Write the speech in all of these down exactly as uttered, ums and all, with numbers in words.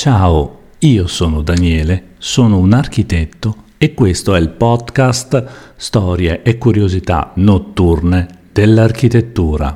Ciao, io sono Daniele, sono un architetto e questo è il podcast Storie e curiosità notturne dell'architettura.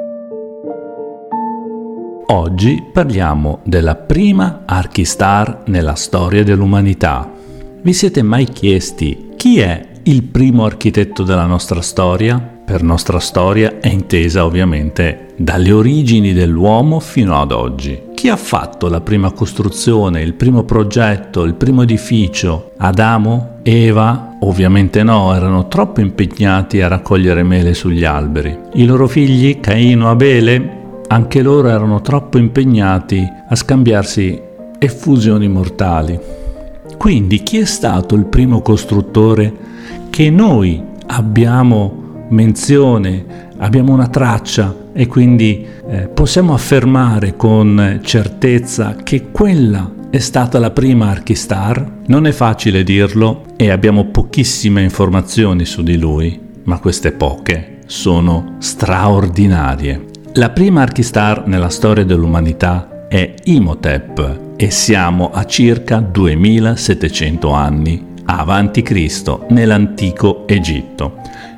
Oggi parliamo della prima Archistar nella storia dell'umanità. Vi siete mai chiesti chi è il primo architetto della nostra storia? Per nostra storia è intesa ovviamente dalle origini dell'uomo fino ad oggi. Chi ha fatto la prima costruzione, il primo progetto, il primo edificio? Adamo? Eva? Ovviamente no, erano troppo impegnati a raccogliere mele sugli alberi. I loro figli, Caino e Abele? Anche loro erano troppo impegnati a scambiarsi effusioni mortali. Quindi chi è stato il primo costruttore che noi abbiamo menzione, abbiamo una traccia e quindi eh, possiamo affermare con certezza che quella è stata la prima Archistar? Non è facile dirlo e abbiamo pochissime informazioni su di lui, ma queste poche sono straordinarie. La prima Archistar nella storia dell'umanità è Imhotep e siamo a circa duemilasettecento anni avanti Cristo nell'antico Egitto.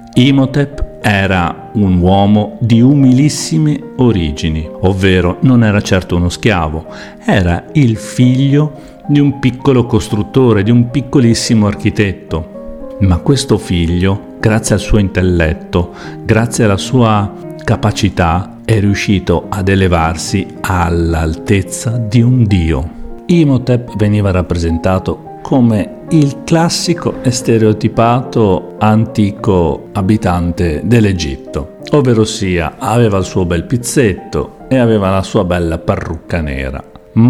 Imhotep era un uomo di umilissime origini, ovvero non era certo uno schiavo, era il figlio di un piccolo costruttore, di un piccolissimo architetto. Ma questo figlio, grazie al suo intelletto, grazie alla sua capacità, è riuscito ad elevarsi all'altezza di un dio. Imhotep veniva rappresentato come il classico e stereotipato antico abitante dell'Egitto, ovvero sia aveva il suo bel pizzetto e aveva la sua bella parrucca nera.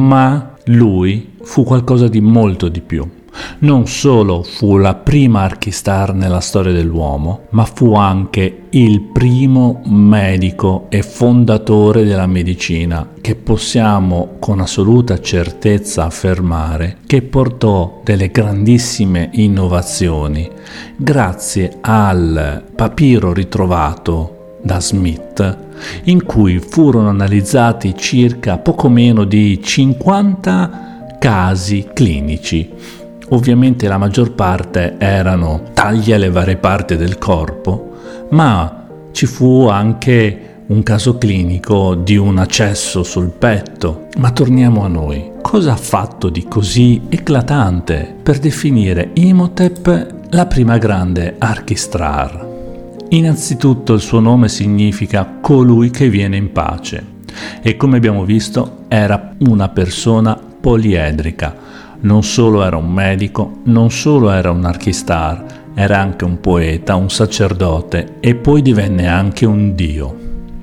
Ma lui fu qualcosa di molto di più. Non solo fu la prima Archistar nella storia dell'uomo, ma fu anche il primo medico e fondatore della medicina che possiamo con assoluta certezza affermare che portò delle grandissime innovazioni grazie al papiro ritrovato da Smith, in cui furono analizzati circa poco meno di cinquanta casi clinici. Ovviamente la maggior parte erano tagli alle varie parti del corpo, ma ci fu anche un caso clinico di un accesso sul petto. Ma torniamo a noi. Cosa ha fatto di così eclatante per definire Imhotep la prima grande Archistar? Innanzitutto il suo nome significa colui che viene in pace e come abbiamo visto era una persona poliedrica. Non solo era un medico, non solo era un Archistar, era anche un poeta, un sacerdote e poi divenne anche un dio.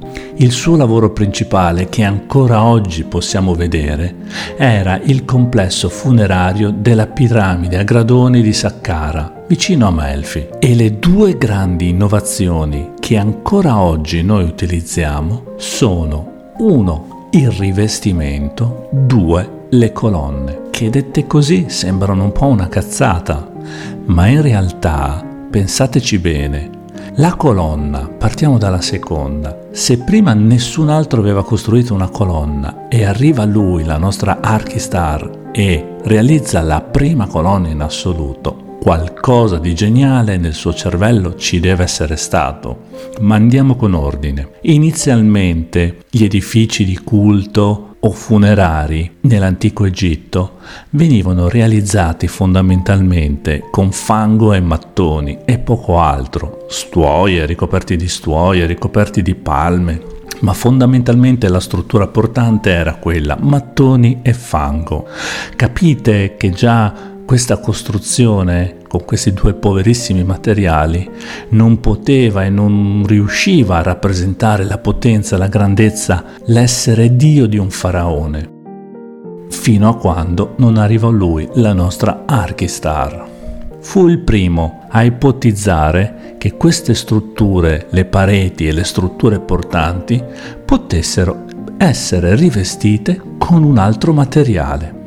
Il suo lavoro principale, che ancora oggi possiamo vedere, era il complesso funerario della piramide a gradoni di Saqqara, vicino a Melfi. E le due grandi innovazioni che ancora oggi noi utilizziamo sono uno, il rivestimento, due, le colonne, che dette così sembrano un po' una cazzata, ma in realtà, pensateci bene, la colonna, partiamo dalla seconda, se prima nessun altro aveva costruito una colonna e arriva lui, la nostra Archistar, e realizza la prima colonna in assoluto, qualcosa di geniale nel suo cervello ci deve essere stato. Ma andiamo con ordine. Inizialmente gli edifici di culto o funerari nell'antico Egitto venivano realizzati fondamentalmente con fango e mattoni e poco altro, stuoie, ricoperti di stuoie, ricoperti di palme, ma fondamentalmente la struttura portante era quella, mattoni e fango. Capite che già questa costruzione con questi due poverissimi materiali non poteva e non riusciva a rappresentare la potenza, la grandezza, l'essere Dio di un faraone, fino a quando non arrivò lui, la nostra Archistar. Fu il primo a ipotizzare che queste strutture, le pareti e le strutture portanti, potessero essere rivestite con un altro materiale.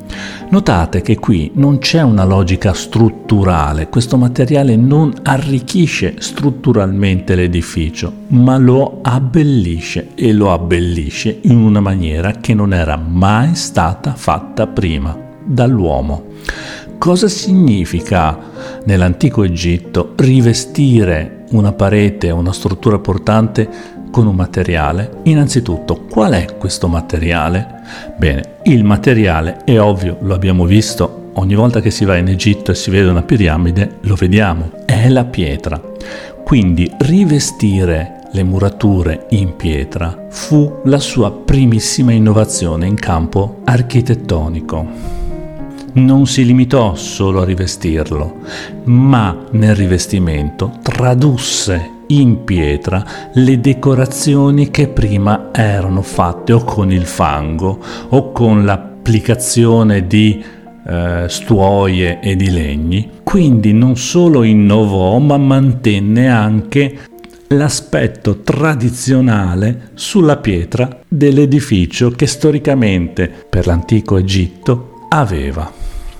Notate che qui non c'è una logica strutturale, questo materiale non arricchisce strutturalmente l'edificio, ma lo abbellisce e lo abbellisce in una maniera che non era mai stata fatta prima dall'uomo. Cosa significa nell'antico Egitto rivestire una parete, una struttura portante con un materiale? Innanzitutto, qual è questo materiale? Bene, il materiale è ovvio, lo abbiamo visto, ogni volta che si va in Egitto e si vede una piramide, lo vediamo, è la pietra. Quindi rivestire le murature in pietra fu la sua primissima innovazione in campo architettonico. Non si limitò solo a rivestirlo, ma nel rivestimento tradusse in pietra le decorazioni che prima erano fatte o con il fango o con l'applicazione di eh, stuoie e di legni. Quindi non solo innovò, ma mantenne anche l'aspetto tradizionale sulla pietra dell'edificio che storicamente per l'antico Egitto aveva.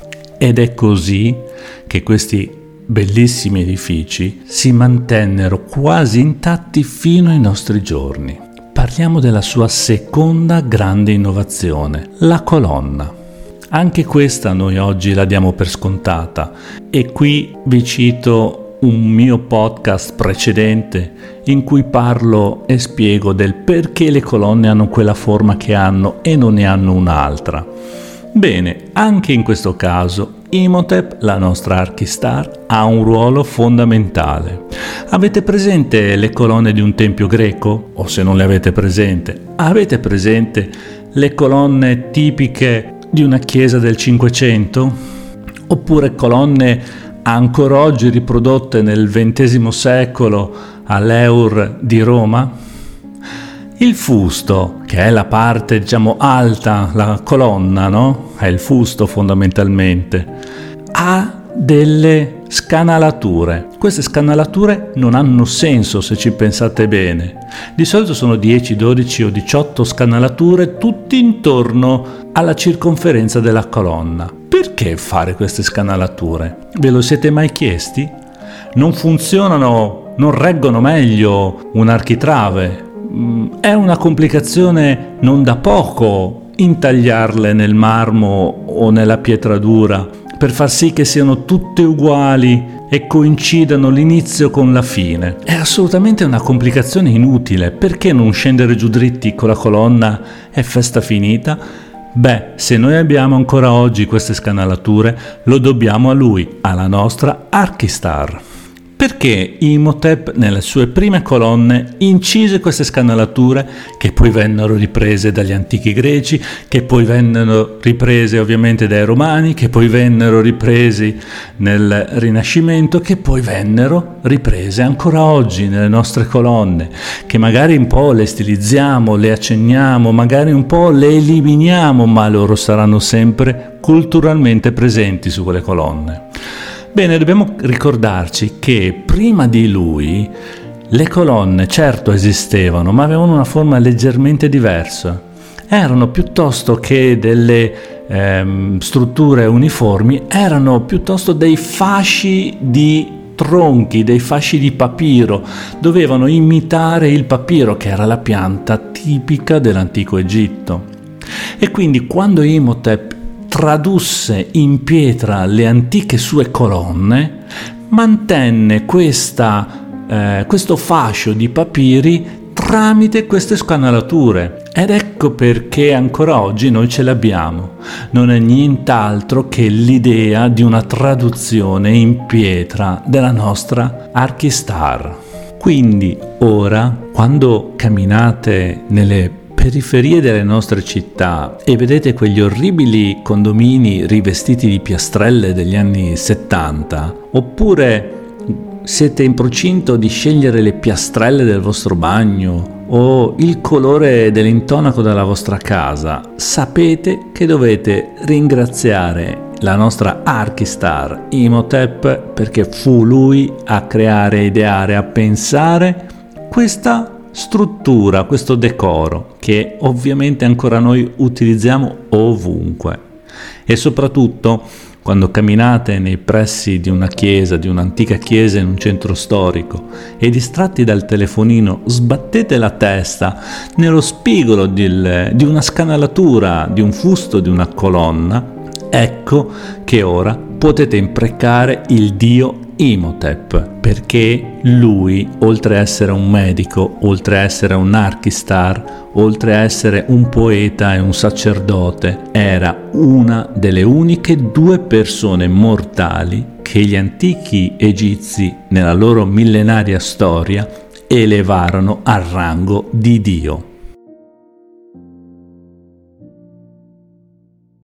Ed è così che questi bellissimi edifici si mantennero quasi intatti fino ai nostri giorni. Parliamo della sua seconda grande innovazione, la colonna. Anche questa noi oggi la diamo per scontata e qui vi cito un mio podcast precedente in cui parlo e spiego del perché le colonne hanno quella forma che hanno e non ne hanno un'altra. Bene, anche in questo caso Imhotep, la nostra Archistar, ha un ruolo fondamentale. Avete presente le colonne di un tempio greco? O se non le avete presente, avete presente le colonne tipiche di una chiesa del Cinquecento? Oppure colonne ancora oggi riprodotte nel ventesimo secolo all'Eur di Roma? Il fusto, che è la parte, diciamo, alta, la colonna, no? È il fusto fondamentalmente, ha delle scanalature. Queste scanalature non hanno senso se ci pensate bene. Di solito sono dieci, dodici o diciotto scanalature tutti intorno alla circonferenza della colonna. Perché fare queste scanalature? Ve lo siete mai chiesti? Non funzionano, non reggono meglio un architrave. È una complicazione non da poco intagliarle nel marmo o nella pietra dura per far sì che siano tutte uguali e coincidano l'inizio con la fine. È assolutamente una complicazione inutile. Perché non scendere giù dritti con la colonna e festa finita? Beh, se noi abbiamo ancora oggi queste scanalature, lo dobbiamo a lui, alla nostra Archistar. Perché Imhotep nelle sue prime colonne incise queste scanalature che poi vennero riprese dagli antichi greci, che poi vennero riprese ovviamente dai romani, che poi vennero ripresi nel Rinascimento, che poi vennero riprese ancora oggi nelle nostre colonne, che magari un po' le stilizziamo, le accenniamo, magari un po' le eliminiamo, ma loro saranno sempre culturalmente presenti su quelle colonne. Bene, dobbiamo ricordarci che prima di lui le colonne certo esistevano, ma avevano una forma leggermente diversa. Erano piuttosto che delle ehm, strutture uniformi, erano piuttosto dei fasci di tronchi, dei fasci di papiro. Dovevano imitare il papiro, che era la pianta tipica dell'antico Egitto. E quindi quando Imhotep tradusse in pietra le antiche sue colonne, mantenne questa, eh, questo fascio di papiri tramite queste scanalature. Ed ecco perché ancora oggi noi ce l'abbiamo. Non è nient'altro che l'idea di una traduzione in pietra della nostra Archistar. Quindi ora, quando camminate nelle periferie delle nostre città e vedete quegli orribili condomini rivestiti di piastrelle degli anni settanta, oppure siete in procinto di scegliere le piastrelle del vostro bagno o il colore dell'intonaco della vostra casa, sapete che dovete ringraziare la nostra Archistar Imhotep, perché fu lui a creare, ideare, a pensare questa struttura, questo decoro che ovviamente ancora noi utilizziamo ovunque. E soprattutto, quando camminate nei pressi di una chiesa, di un'antica chiesa in un centro storico, e distratti dal telefonino sbattete la testa nello spigolo di, di una scanalatura, di un fusto, di una colonna, ecco che ora potete imprecare il dio Imhotep, perché lui, oltre a essere un medico, oltre a essere un archistar, oltre a essere un poeta e un sacerdote, era una delle uniche due persone mortali che gli antichi egizi, nella loro millenaria storia, elevarono al rango di dio.